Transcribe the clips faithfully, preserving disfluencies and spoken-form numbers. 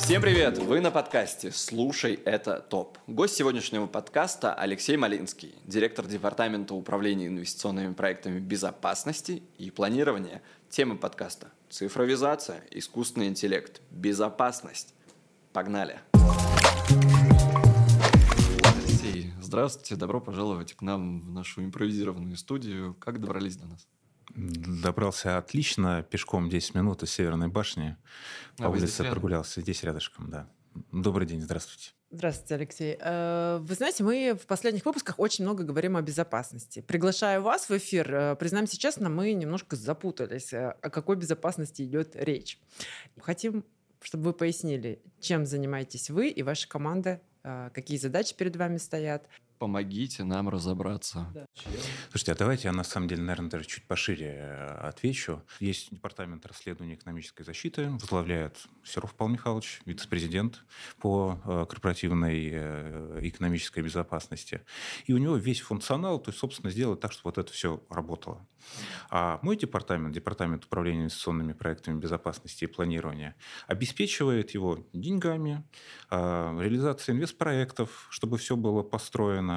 Всем привет! Вы на подкасте «Слушай, это ТОП». Гость сегодняшнего подкаста Алексей Малинский, директор департамента управления инвестиционными проектами безопасности и планирования. Тема подкаста – цифровизация, искусственный интеллект, безопасность. Погнали! Алексей, здравствуйте, добро пожаловать к нам в нашу импровизированную студию. Как добрались до нас? Добрался отлично, пешком десять минут из Северной башни. По а улице прогулялся, здесь рядышком, да. Добрый день, здравствуйте. Здравствуйте, Алексей. Вы знаете, мы в последних выпусках очень много говорим о безопасности. Приглашая вас в эфир, признаемся честно, мы немножко запутались, о какой безопасности идет речь. Хотим, чтобы вы пояснили, чем занимаетесь вы и ваша команда, какие задачи перед вами стоят. Помогите нам разобраться. Да. Слушайте, а давайте я на самом деле, наверное, даже чуть пошире отвечу. Есть департамент расследования экономической защиты, возглавляет Серов Павел Михайлович, вице-президент по корпоративной экономической безопасности. И у него весь функционал, то есть, собственно, сделать так, чтобы вот это все работало. А мой департамент, департамент управления инвестиционными проектами безопасности и планирования, обеспечивает его деньгами, реализацией инвестпроектов, чтобы все было построено,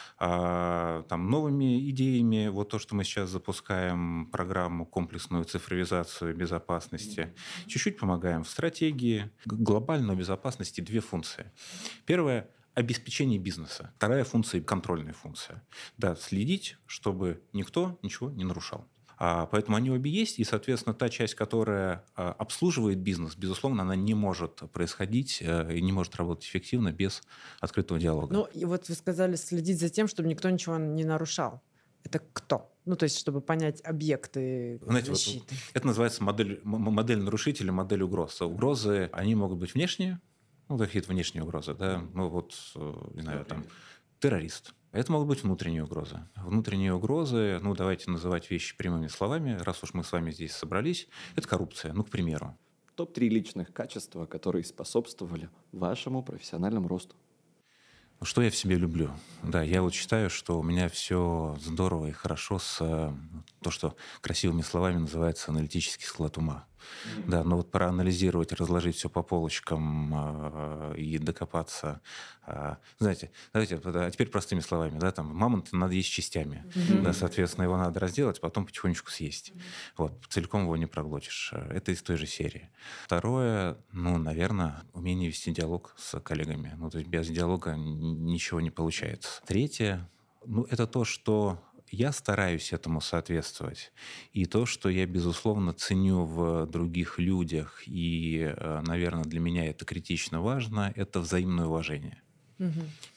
там, новыми идеями. Вот то, что мы сейчас запускаем, программу комплексную цифровизацию безопасности. Чуть-чуть помогаем в стратегии. Глобально у безопасности две функции. Первая – обеспечение бизнеса. Вторая функция – контрольная функция. Да, следить, чтобы никто ничего не нарушал. А, поэтому они обе есть, и, соответственно, та часть, которая а, обслуживает бизнес, безусловно, она не может происходить а, и не может работать эффективно без открытого диалога. Ну, и вот вы сказали следить за тем, чтобы никто ничего не нарушал. Это кто? Ну, то есть, чтобы понять объекты Знаете, защиты. Вот, это называется модель, модель нарушителя, модель угроз. Угрозы, они могут быть внешние, ну, какие-то внешние угрозы, да, ну, вот, не знаю, там, террорист. Это могут быть внутренние угрозы. Внутренние угрозы, ну, давайте называть вещи прямыми словами, раз уж мы с вами здесь собрались, это коррупция, ну, к примеру. топ три личных качества, которые способствовали вашему профессиональному росту. Что я в себе люблю? Да, я вот считаю, что у меня все здорово и хорошо с то, что красивыми словами называется аналитический склад ума. Mm-hmm. Да, но вот проанализировать, разложить все по полочкам э, и докопаться. Э, знаете, давайте, а теперь простыми словами, да, там мамонта надо есть частями, mm-hmm. да, соответственно, его надо разделать, потом потихонечку съесть. Mm-hmm. Вот, целиком его не проглотишь. Это из той же серии. Второе, ну, наверное, умение вести диалог с коллегами. Ну, то есть без диалога ничего не получается. Третье, ну, это то, что я стараюсь этому соответствовать. И то, что я, безусловно, ценю в других людях, и, наверное, для меня это критично важно, это взаимное уважение. Угу.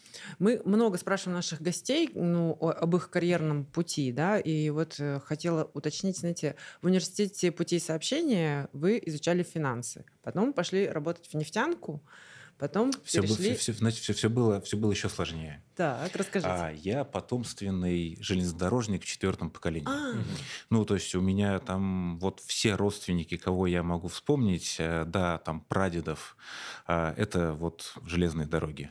Мы много спрашиваем наших гостей, ну, об их карьерном пути, да, и вот хотела уточнить, знаете, в университете путей сообщения вы изучали финансы, потом пошли работать в нефтянку, потом все перешли... Было, все, значит, все, все, было, все было еще сложнее. Так, расскажите. А я потомственный железнодорожник в четвертом поколении. А-а-а. Ну, то есть у меня там вот все родственники, кого я могу вспомнить, да, там прадедов, это вот железные дороги.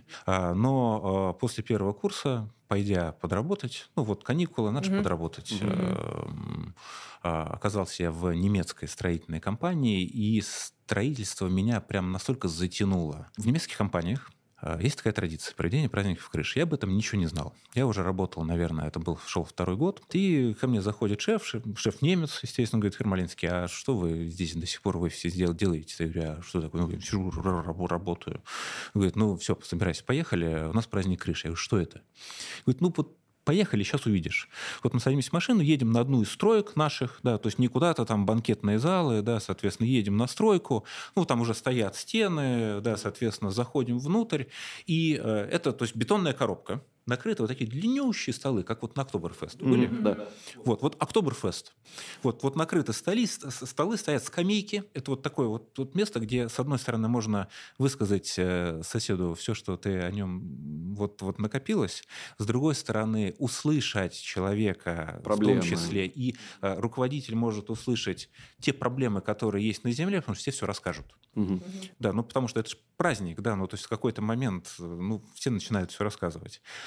Но после первого курса, пойдя подработать, ну вот каникулы, надо же mm-hmm. подработать, mm-hmm. оказался я в немецкой строительной компании, и строительство меня прям настолько затянуло. В немецких компаниях есть такая традиция – проведение праздников крыши. Я об этом ничего не знал. Я уже работал, наверное, это был, шел второй год. И ко мне заходит шеф, шеф, шеф немец, естественно, говорит: Хер Малинский, а что вы здесь до сих пор в офисе делаете? Я говорю: а что такое? Ну, сижу, работаю. Говорит: ну, все, собирайся, поехали, у нас праздник крыши. Я говорю: что это? Говорит: ну, вот поехали, сейчас увидишь. Вот мы садимся в машину, едем на одну из строек наших, да, то есть не куда-то там банкетные залы, да, соответственно, едем на стройку, ну, там уже стоят стены, да, соответственно, заходим внутрь, и э, это, то есть бетонная коробка, накрыты вот такие длиннющие столы, как вот на Октоберфест. Были? Mm-hmm, да. Вот, вот Октоберфест. Вот, вот накрыты столи, столы, стоят скамейки. Это вот такое вот, вот место, где, с одной стороны, можно высказать соседу все, что ты о нем вот, вот накопилось. С другой стороны, услышать человека, проблемы. В том числе. И э, руководитель может услышать те проблемы, которые есть на земле, потому что все все расскажут. Mm-hmm. Да, ну, потому что это же праздник, да, ну, то есть в какой-то момент, ну, все начинают все рассказывать.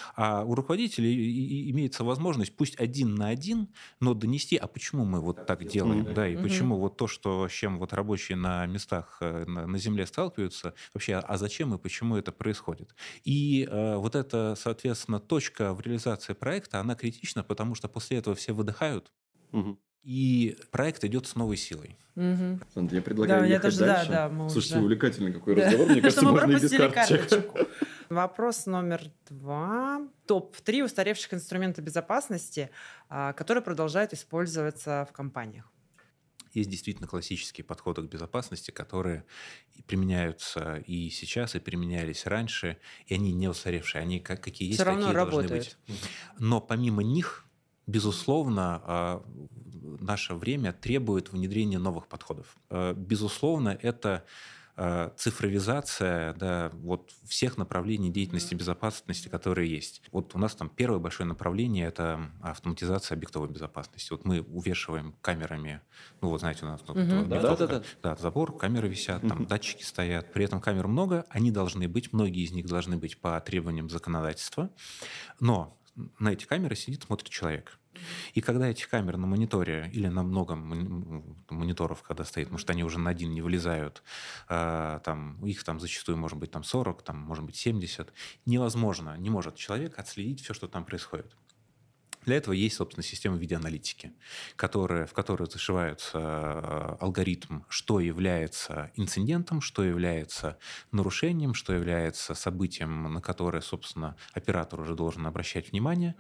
А у руководителей имеется возможность, пусть один на один, но донести, а почему мы вот так делаем, mm-hmm. да, и mm-hmm. почему вот то, что, с чем вот рабочие на местах на, на земле сталкиваются, вообще, а зачем и почему это происходит. И э, вот эта, соответственно, точка в реализации проекта, она критична, потому что после этого все выдыхают, mm-hmm. и проект идет с новой силой. Угу. Сандра, я предлагаю да, ехать я тоже, дальше. Да, да, Слушайте, уже... увлекательный какой да. разговор. Мне кажется, можно и без карточек. Вопрос номер два. топ три устаревших инструментов безопасности, которые продолжают использоваться в компаниях. Есть действительно классические подходы к безопасности, которые применяются и сейчас, и применялись раньше, и они не устаревшие, они как, какие есть, такие должны быть. Но помимо них, безусловно, наше время требует внедрения новых подходов. Безусловно, это цифровизация, да, вот всех направлений деятельности безопасности, которые есть. Вот у нас там первое большое направление – это автоматизация объектовой безопасности. Вот мы увешиваем камерами, ну вот знаете, у нас uh-huh. да, да, да. Да, забор, камеры висят, там uh-huh. датчики стоят. При этом камер много, они должны быть, многие из них должны быть по требованиям законодательства, но на эти камеры сидит, смотрит человек. И когда этих камер на мониторе или на много мониторов, когда стоит, потому что они уже на один не вылезают, э, там, их там зачастую может быть там сорок, там, может быть семьдесят, невозможно, не может человек отследить все, что там происходит. Для этого есть, собственно, система видеоаналитики, которая, в которую зашивается алгоритм, что является инцидентом, что является нарушением, что является событием, на которое, собственно, оператор уже должен обращать внимание.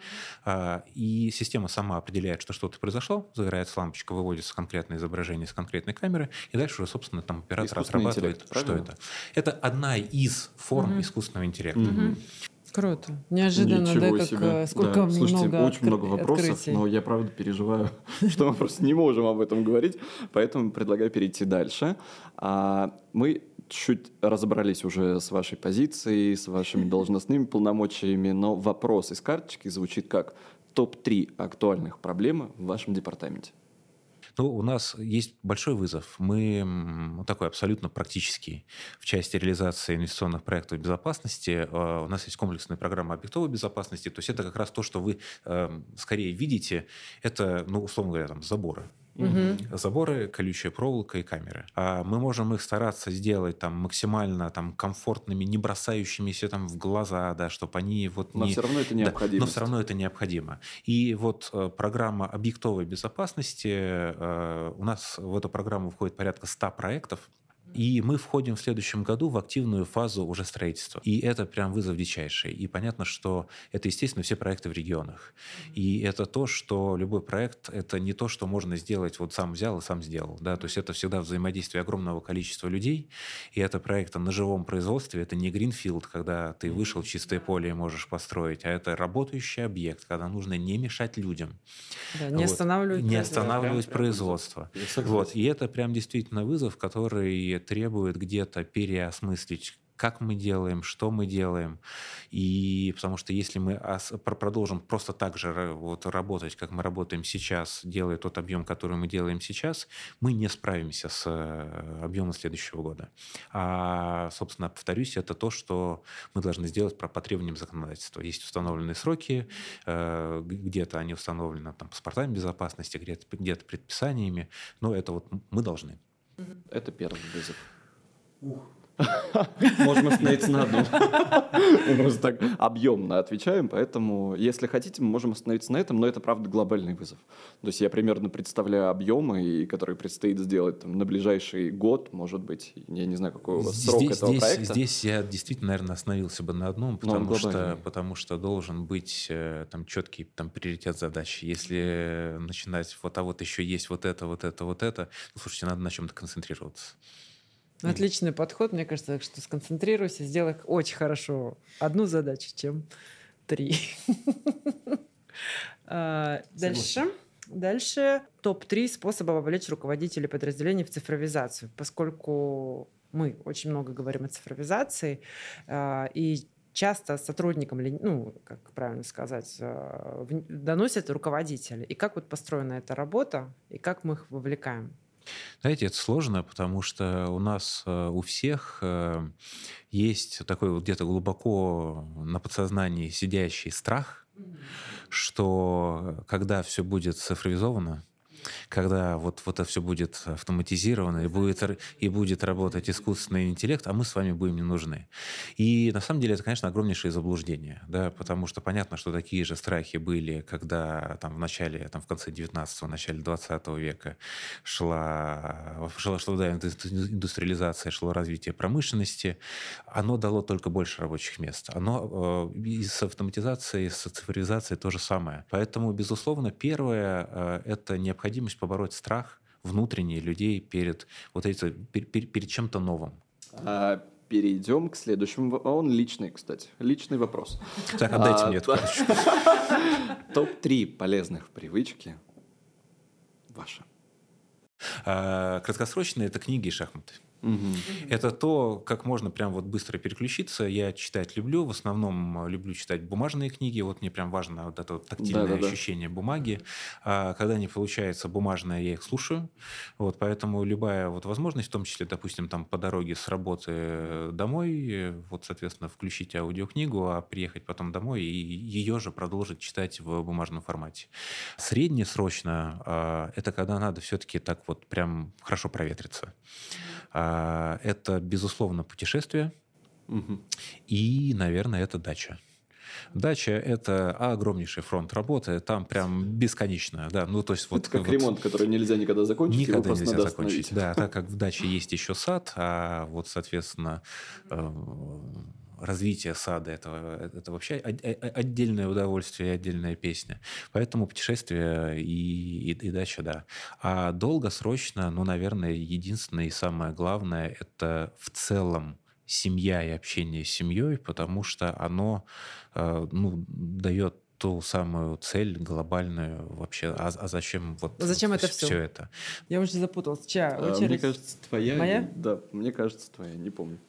И система сама определяет, что что-то произошло, загорается лампочка, выводится конкретное изображение с конкретной камеры, и дальше уже, собственно, там оператор отрабатывает, что это. Это одна из форм угу. искусственного интеллекта. Угу. Круто. Неожиданно, Ничего да, себе. как сколько да. много Слушайте, очень откры- много вопросов, открытий. Но я правда переживаю, что мы просто не можем об этом говорить, поэтому предлагаю перейти дальше. Мы чуть разобрались уже с вашей позицией, с вашими должностными полномочиями, но вопрос из карточки звучит как топ три актуальных проблемы в вашем департаменте. Ну, у нас есть большой вызов. Мы такой абсолютно практический в части реализации инвестиционных проектов безопасности. У нас есть комплексная программа объектовой безопасности. То есть это как раз то, что вы скорее видите. Это, ну, условно говоря, там, заборы. Угу. Заборы, колючая проволока и камеры. А мы можем их стараться сделать там, максимально там, комфортными, не бросающимися там, в глаза, да, чтобы они вот но не... все равно это необходимо. Да, но все равно это необходимо. И вот э, программа объектовой безопасности, э, у нас в эту программу входит порядка ста проектов. И мы входим в следующем году в активную фазу уже строительства. И это прям вызов дичайший. И понятно, что это, естественно, все проекты в регионах. И это то, что любой проект, это не то, что можно сделать, вот сам взял и сам сделал. Да? То есть это всегда взаимодействие огромного количества людей. И это проекты на живом производстве. Это не гринфилд, когда ты вышел в чистое поле и можешь построить, а это работающий объект, когда нужно не мешать людям. Да, не вот. останавливать, не останавливать производство. Вот. И это прям действительно вызов, который требует где-то переосмыслить, как мы делаем, что мы делаем. И потому что если мы продолжим просто так же вот работать, как мы работаем сейчас, делая тот объем, который мы делаем сейчас, мы не справимся с объемом следующего года. А, собственно, повторюсь, это то, что мы должны сделать по требованиям законодательства. Есть установленные сроки, где-то они установлены там, паспортами безопасности, где-то, где-то предписаниями, но это вот мы должны. Это первый вызов. Ух. Можем остановиться на одном. Мы просто так объемно отвечаем, поэтому, если хотите, мы можем остановиться на этом, но это, правда, глобальный вызов. То есть я примерно представляю объемы, которые предстоит сделать там, на ближайший год, может быть, я не знаю, какой у вас срок здесь, этого здесь, проекта. Здесь я действительно, наверное, остановился бы на одном, потому, что, потому что должен быть там, четкий там, приоритет задач. Если начинать, вот, а вот еще есть вот это, вот это, вот это, ну, слушайте, надо на чем-то концентрироваться. Отличный подход, мне кажется, что сконцентрируйся, сделай очень хорошо одну задачу, чем три. Дальше. Дальше топ три способа вовлечь руководителей подразделений в цифровизацию, поскольку мы очень много говорим о цифровизации, и часто сотрудникам, ну, как правильно сказать, доносят руководители. И как вот построена эта работа, и как мы их вовлекаем? Знаете, это сложно, потому что у нас э, у всех э, есть такой вот где-то глубоко на подсознании сидящий страх, что когда все будет цифровизовано, когда вот, вот это все будет автоматизировано и будет, р- и будет работать искусственный интеллект, а мы с вами будем не нужны. И на самом деле это, конечно, огромнейшее заблуждение, да, потому что понятно, что такие же страхи были, когда там в начале, там в конце девятнадцатого, начале двадцатого века шла, шла, шла да, индустриализация, шло развитие промышленности. Оно дало только больше рабочих мест. Оно э, и с автоматизацией, с цифровизацией то же самое. Поэтому, безусловно, первое э, — это необходимость побороть страх внутренний людей перед, вот этим, перед, перед чем-то новым. А, перейдем к следующему. Он личный, кстати. Личный вопрос. Так, отдайте а, мне эту карточку. топ три полезных привычки ваши. А, краткосрочные — это книги и шахматы. Угу. Это то, как можно прям вот быстро переключиться. Я читать люблю. В основном люблю читать бумажные книги. Вот мне прям важно вот это вот тактильное Да-да-да. ощущение бумаги. А когда не получается бумажное, я их слушаю. Вот, поэтому любая вот возможность, в том числе, допустим, там по дороге с работы домой, вот, соответственно, включить аудиокнигу, а приехать потом домой и ее же продолжить читать в бумажном формате. Среднесрочно а, это когда надо все-таки так вот прям хорошо проветриться. Это, безусловно, путешествие. Угу. И, наверное, это дача. Дача — это огромнейший фронт работы, там прям бесконечно. Да, ну, то есть, вот, это как вот, ремонт, который нельзя никогда закончить. Никогда нельзя закончить. Да, так как в даче есть еще сад, а вот, соответственно, развитие сада — это, это вообще отдельное удовольствие, отдельная песня. Поэтому путешествие и, и, и дача, да. А долгосрочно, ну, наверное, единственное и самое главное — это в целом семья и общение с семьей, потому что оно ну, дает ту самую цель глобальную вообще. А, а зачем вот зачем вот это все? все это? Я уже запуталась. Чья? А, мне кажется, твоя. Моя? Да, мне кажется, твоя, не помню.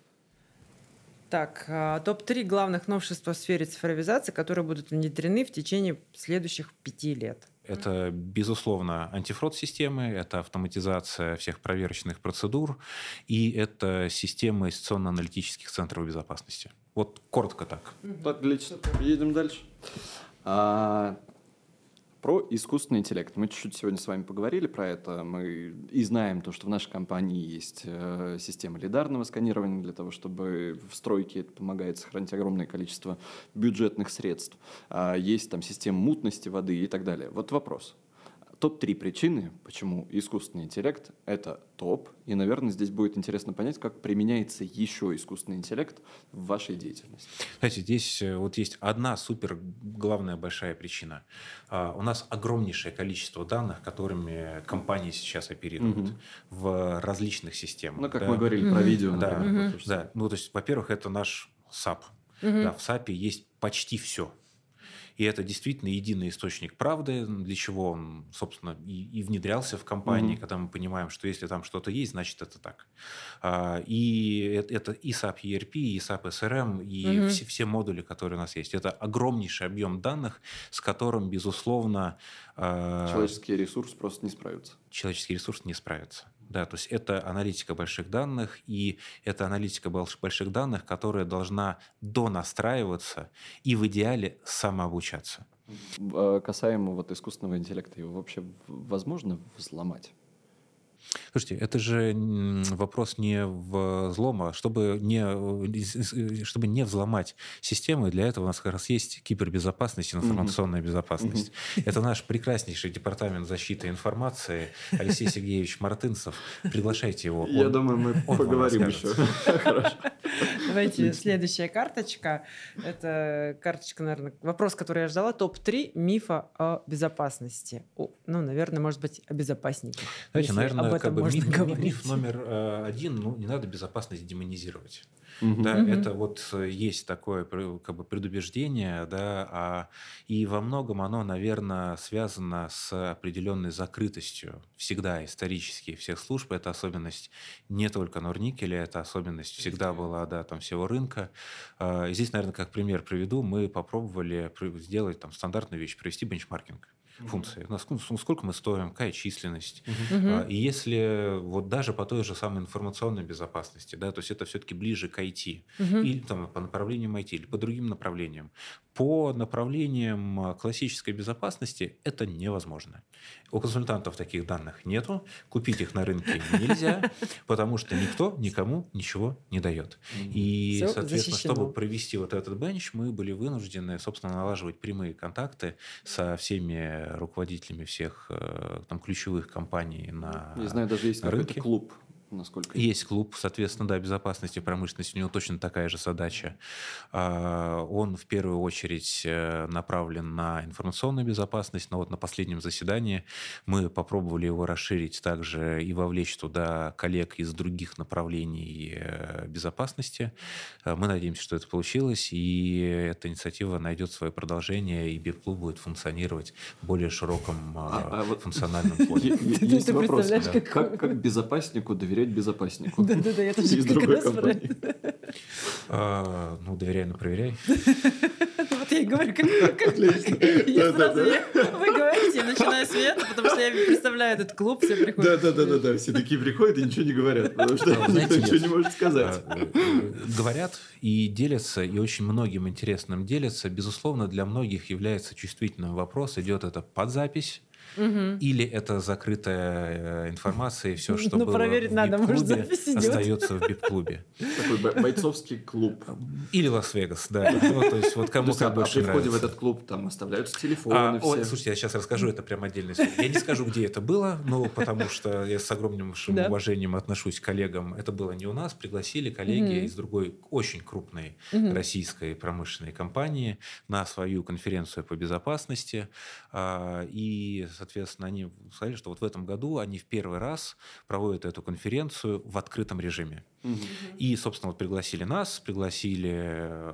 Так, топ три главных новшеств в сфере цифровизации, которые будут внедрены в течение следующих пяти лет. Это, безусловно, антифрод-системы, это автоматизация всех проверочных процедур, и это система инвестиционно-аналитических центров безопасности. Вот коротко так. Отлично. Едем дальше. А, про искусственный интеллект. Мы чуть-чуть сегодня с вами поговорили про это. Мы и знаем то, что в нашей компании есть э, система лидарного сканирования для того, чтобы в стройке это помогает сохранить огромное количество бюджетных средств. А есть там система мутности воды и так далее. Вот вопрос. топ три причины, почему искусственный интеллект – это топ. И, наверное, здесь будет интересно понять, как применяется еще искусственный интеллект в вашей деятельности. Знаете, здесь вот есть одна супер главная большая причина. У нас огромнейшее количество данных, которыми компании сейчас оперируют угу. в различных системах. Ну, как да. мы говорили угу. про видео. Да, например, угу. да. Ну, то есть, во-первых, это наш сап. Угу. Да, в сапе есть почти все. И это действительно единый источник правды, для чего он, собственно, и, и внедрялся в компании, mm-hmm. когда мы понимаем, что если там что-то есть, значит, это так. И это и сап и ар пи, и сап эс эр эм, и mm-hmm. все, все модули, которые у нас есть. Это огромнейший объем данных, с которым, безусловно... Человеческий ресурс просто не справится. Человеческий ресурс не справится. Да, то есть это аналитика больших данных, и это аналитика больших данных, которая должна донастраиваться и в идеале самообучаться. Касаемо вот искусственного интеллекта, его вообще возможно взломать? Слушайте, это же вопрос не взлома. Чтобы не, чтобы не взломать системы, для этого у нас как раз есть кибербезопасность, информационная mm-hmm. безопасность. Mm-hmm. Это наш прекраснейший департамент защиты информации Алексей Сергеевич Мартынцев. Приглашайте его. Я он, думаю, мы поговорим еще. Давайте следующая карточка. Это карточка, наверное, вопрос, который я ждала. топ три мифа о безопасности. Ну, наверное, может быть, о безопасниках. Знаете, наверное, как бы миф, миф номер э, один, ну, не надо безопасность демонизировать. Мгм. Да, Мгм. это вот э, есть такое пр- как бы предубеждение, да, а, и во многом оно, наверное, связано с определенной закрытостью всегда исторически всех служб. Это особенность не только Норникеля, это особенность всегда была, да, там всего рынка. А, и здесь, наверное, как пример приведу, мы попробовали при- сделать там стандартную вещь, провести бенчмаркинг функции. Насколько, сколько мы стоим, какая численность. А, Мгм. И если вот даже по той же самой информационной безопасности, да, то есть это все-таки ближе к ай ти, Мгм. или там по направлениям ай ти, или по другим направлениям. По направлениям а, классической безопасности это невозможно. У консультантов таких данных нету, купить их на рынке нельзя, потому что никто никому ничего не дает. И, Всё соответственно, чтобы защищено. провести вот этот бенч, мы были вынуждены, собственно, налаживать прямые контакты со всеми руководителями всех э, там, ключевых компаний Я на знаю, даже есть на какой-то рынке. клуб, насколько я Есть клуб, соответственно, да, безопасности и промышленности, у него точно такая же задача. А, Он в первую очередь э, направлен на информационную безопасность, но вот на последнем заседании мы попробовали его расширить также и вовлечь туда коллег из других направлений э, безопасности. Э, Мы надеемся, что это получилось, и эта инициатива найдет свое продолжение, и БИП-клуб будет функционировать в более широком А- э, а вот функциональном Е- поле. е- Ты- Есть ты вопрос. представляешь, Да. как- Как, как безопаснику доверять безопаснику Да-да-да, я тоже из как другой раз про компании? это. А, Ну, доверяй, но проверяй. Вот я и говорю, как... как- Я сразу... я- Вы говорите, я начинаю смеяться, потому что я представляю этот клуб, все приходят. Да-да-да-да, все такие приходят и ничего не говорят, потому что А, знаете, никто ничего нет. не может сказать. А, э, Говорят и делятся, и очень многим интересным делятся. Безусловно, для многих является чувствительным вопрос, идет это под запись, Мгм. или это закрытая э, информация, и все, что Ну, было проверить в надо, может, бип-клубе, запись идет. остается в бип-клубе. Такой бо- бойцовский клуб. Или Лас-Вегас, да. Ну, то есть вот То кому есть, а как больше при входе в нравится. этот клуб там оставляются телефоны А, ой, все. слушайте, я сейчас расскажу, это прям отдельная история. Я не скажу, где это было, ну, потому что я с огромнейшим Да. уважением отношусь к коллегам. Это было не у нас, пригласили коллеги Мгм. из другой очень крупной Мгм. российской промышленной компании на свою конференцию по безопасности. А, И, соответственно, они сказали, что вот в этом году они в первый раз проводят эту конференцию в открытом режиме. Мгм. И, собственно, вот пригласили нас, пригласили э,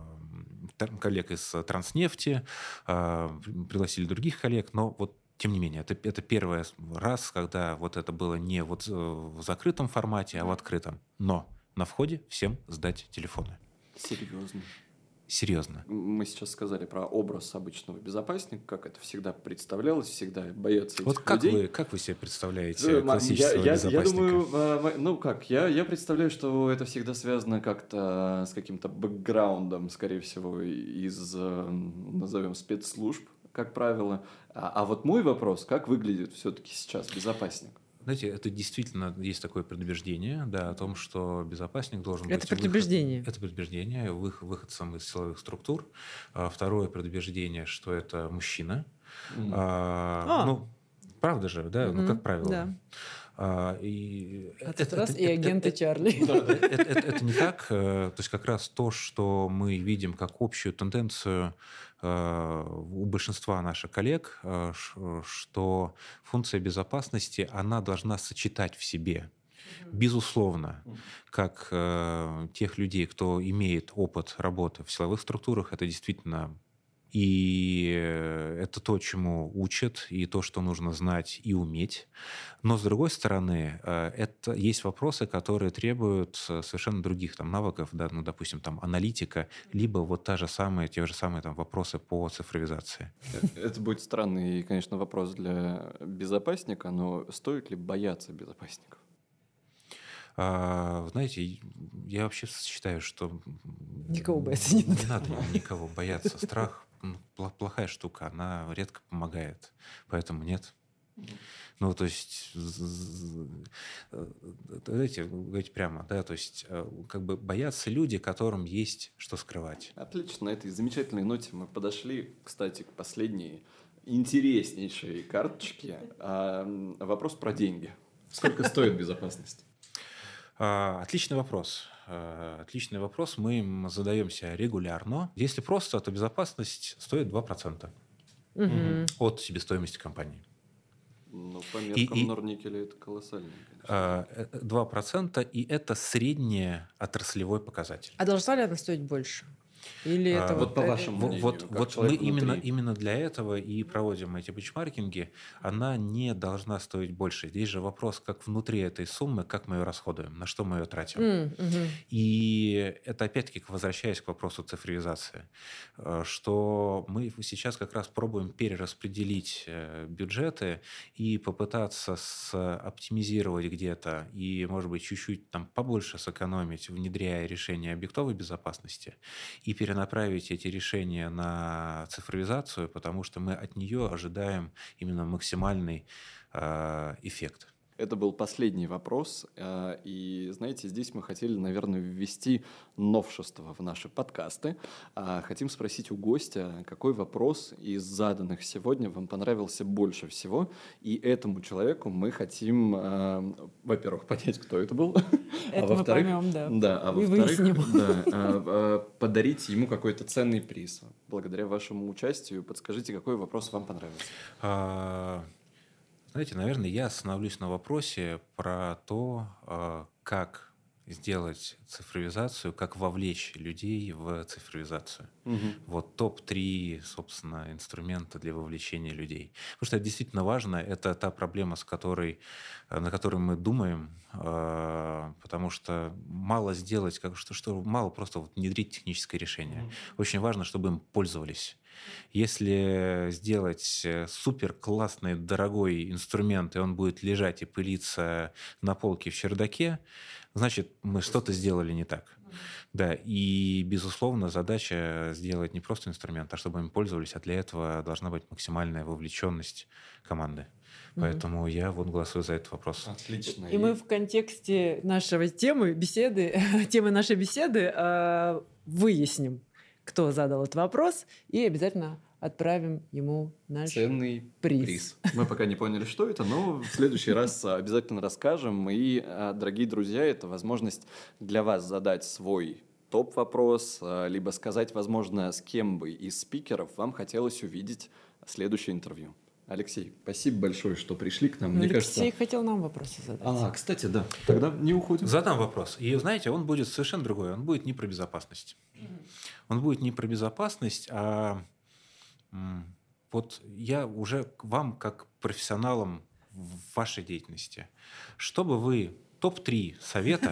тр- коллег из э, Транснефти, э, при- пригласили других коллег, но вот тем не менее, это, это первый раз, когда вот это было не вот э, в закрытом формате, а в открытом. Но на входе всем сдать телефоны. Серьезно. Серьезно. Мы сейчас сказали про образ обычного безопасника, как это всегда представлялось, всегда боятся этих Вот как людей. вы, как вы себе представляете Э, ма- классического я, я- безопасника? я думаю, а, ма- ну как, я, я представляю, что это всегда связано как-то с каким-то бэкграундом, скорее всего, из, э, назовем, спецслужб, как правило. А, а вот мой вопрос, как выглядит все-таки сейчас безопасник? Знаете, это действительно есть такое предубеждение, да, о том, что безопасник должен Это быть... выход- предубеждение. Это предубеждение, вых- выходцем из силовых структур. А Второе предубеждение, что это мужчина. М. А, А. Ну, правда же, да, ну, Мгм, как правило. да. А, и А это- тут раз это- и это- агенты это- Чарли. да, да, это, это- это не так. э, То есть как раз то, что мы видим как общую тенденцию э, у большинства наших коллег, э, ш- что функция безопасности, она должна сочетать в себе, безусловно, Мгм. как э, тех людей, кто имеет опыт работы в силовых структурах, это действительно и э, это то, чему учат, и то, что нужно знать и уметь. Но, с другой стороны, э, это есть вопросы, которые требуют э, совершенно других там, навыков, да, ну, допустим, там, аналитика, либо вот та же самая, те же самые там, вопросы по цифровизации. Это будет странный, конечно, вопрос для безопасника, но стоит ли бояться безопасников? А, знаете, я вообще считаю, что Никого бояться не не надо никого бояться. Страх ну, пла- плохая штука, она редко помогает. Поэтому нет. Ну, то есть, з- з- э, давайте говорить прямо, да, то есть, э, как бы боятся люди, которым есть что скрывать. Отлично, на этой замечательной ноте мы подошли, кстати, к последней интереснейшей карточке. А, м, вопрос про деньги. Сколько стоит безопасность? А, Отличный вопрос. А, Отличный вопрос. Мы им задаемся регулярно. Если просто, то безопасность стоит два процента Мгм. от себестоимости компании. Ну, по меркам и, Норникеля это колоссально, конечно. два процента, и это средний отраслевой показатель. А должна ли она стоить больше? Или а, это вот, вот по вашему мнению, вот, вот мы именно, именно для этого и проводим эти бенчмаркинги. Она не должна стоить больше. Здесь же вопрос, как внутри этой суммы, как мы ее расходуем, на что мы ее тратим. Mm-hmm. И это опять-таки возвращаясь к вопросу цифровизации, что мы сейчас как раз пробуем перераспределить бюджеты и попытаться оптимизировать где-то и, может быть, чуть-чуть там побольше сэкономить, внедряя решения объектовой безопасности и перенаправить эти решения на цифровизацию, потому что мы от нее ожидаем именно максимальный э, эффект. Это был последний вопрос, и, знаете, здесь мы хотели, наверное, ввести новшество в наши подкасты. Хотим спросить у гостя, какой вопрос из заданных сегодня вам понравился больше всего, и этому человеку мы хотим, во-первых, понять, кто это был, это а мы поймем, да, да а во-вторых, да, подарить ему какой-то ценный приз. Благодаря вашему участию подскажите, какой вопрос вам понравился? Знаете, наверное, я остановлюсь на вопросе про то, как сделать цифровизацию, как вовлечь людей в цифровизацию. Угу. Вот топ три, собственно, инструмента для вовлечения людей. Потому что это действительно важно, это та проблема, с которой, на которой мы думаем, потому что мало сделать, как, что, что мало просто вот внедрить техническое решение. Угу. Очень важно, чтобы им пользовались. Если сделать супер классный, дорогой инструмент, и он будет лежать и пылиться на полке в чердаке, значит, мы что-то сделали не так. Да, и, безусловно, задача сделать не просто инструмент, а чтобы им пользовались, а для этого должна быть максимальная вовлеченность команды. Поэтому mm-hmm. я вот голосую за этот вопрос. Отлично. И, и мы в контексте нашей темы, беседы, темы нашей беседы э, выясним, кто задал этот вопрос, и обязательно отправим ему наш ценный приз. приз. Мы пока не поняли, что это, но в следующий раз обязательно расскажем. И, дорогие друзья, это возможность для вас задать свой топ-вопрос, либо сказать, возможно, с кем бы из спикеров вам хотелось увидеть следующее интервью. Алексей, спасибо большое, что пришли к нам. Мне Алексей кажется... хотел нам вопросы задать. А, кстати, да. Тогда не уходим. Задам вопрос. И, знаете, он будет совершенно другой. Он будет не про безопасность. Он будет не про безопасность, а вот я уже вам, как профессионалам в вашей деятельности, чтобы вы топ три совета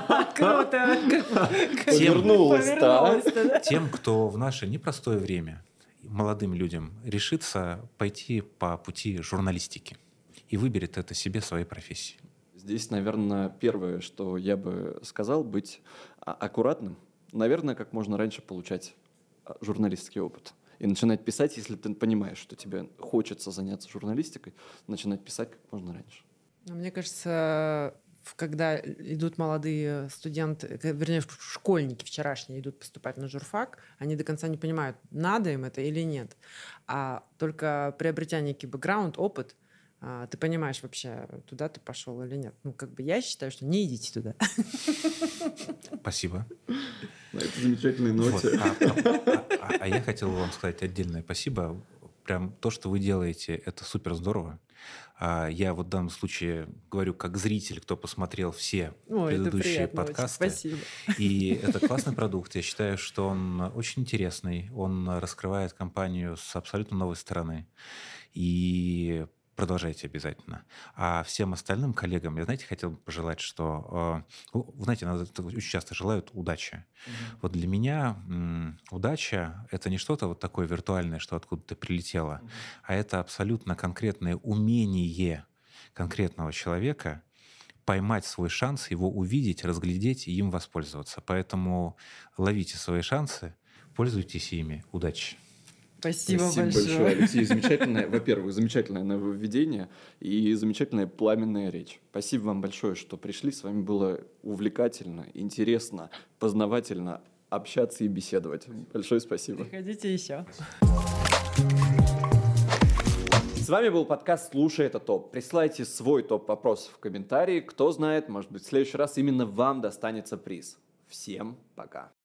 тем, кто в наше непростое время, молодым людям, решится пойти по пути журналистики и выберет это себе своей профессией. Здесь, наверное, первое, что я бы сказал, быть аккуратным. Наверное, как можно раньше получать журналистский опыт. И начинать писать, если ты понимаешь, что тебе хочется заняться журналистикой, начинать писать как можно раньше. Мне кажется, когда идут молодые студенты, вернее, школьники вчерашние идут поступать на журфак, они до конца не понимают, надо им это или нет. А только приобретя некий бэкграунд, опыт, ты понимаешь вообще, туда ты пошел или нет. Ну, как бы я считаю, что не идите туда. Спасибо. На этой замечательной ноте. Вот. А, а, а, а я хотел вам сказать отдельное спасибо. Прям то, что вы делаете, это супер здорово. А я вот в данном случае говорю как зритель, кто посмотрел все Ой, предыдущие подкасты. Очень. Спасибо. И это классный продукт. Я считаю, что он очень интересный. Он раскрывает компанию с абсолютно новой стороны. И продолжайте обязательно. А всем остальным коллегам, я, знаете, хотел бы пожелать, что, э, вы знаете, очень часто желают удачи. Mm-hmm. Вот для меня м, удача — это не что-то вот такое виртуальное, что откуда-то прилетело, mm-hmm. а это абсолютно конкретное умение конкретного человека поймать свой шанс, его увидеть, разглядеть и им воспользоваться. Поэтому ловите свои шансы, пользуйтесь ими. Удачи! Спасибо, Спасибо большое. большое, Алексей. Замечательное, во-первых, замечательное нововведение и замечательная пламенная речь. Спасибо вам большое, что пришли. С вами было увлекательно, интересно, познавательно общаться и беседовать. Большое спасибо. Приходите еще. С вами был подкаст «Слушай, это топ». Присылайте свой топ вопросов в комментарии. Кто знает, может быть, в следующий раз именно вам достанется приз. Всем пока.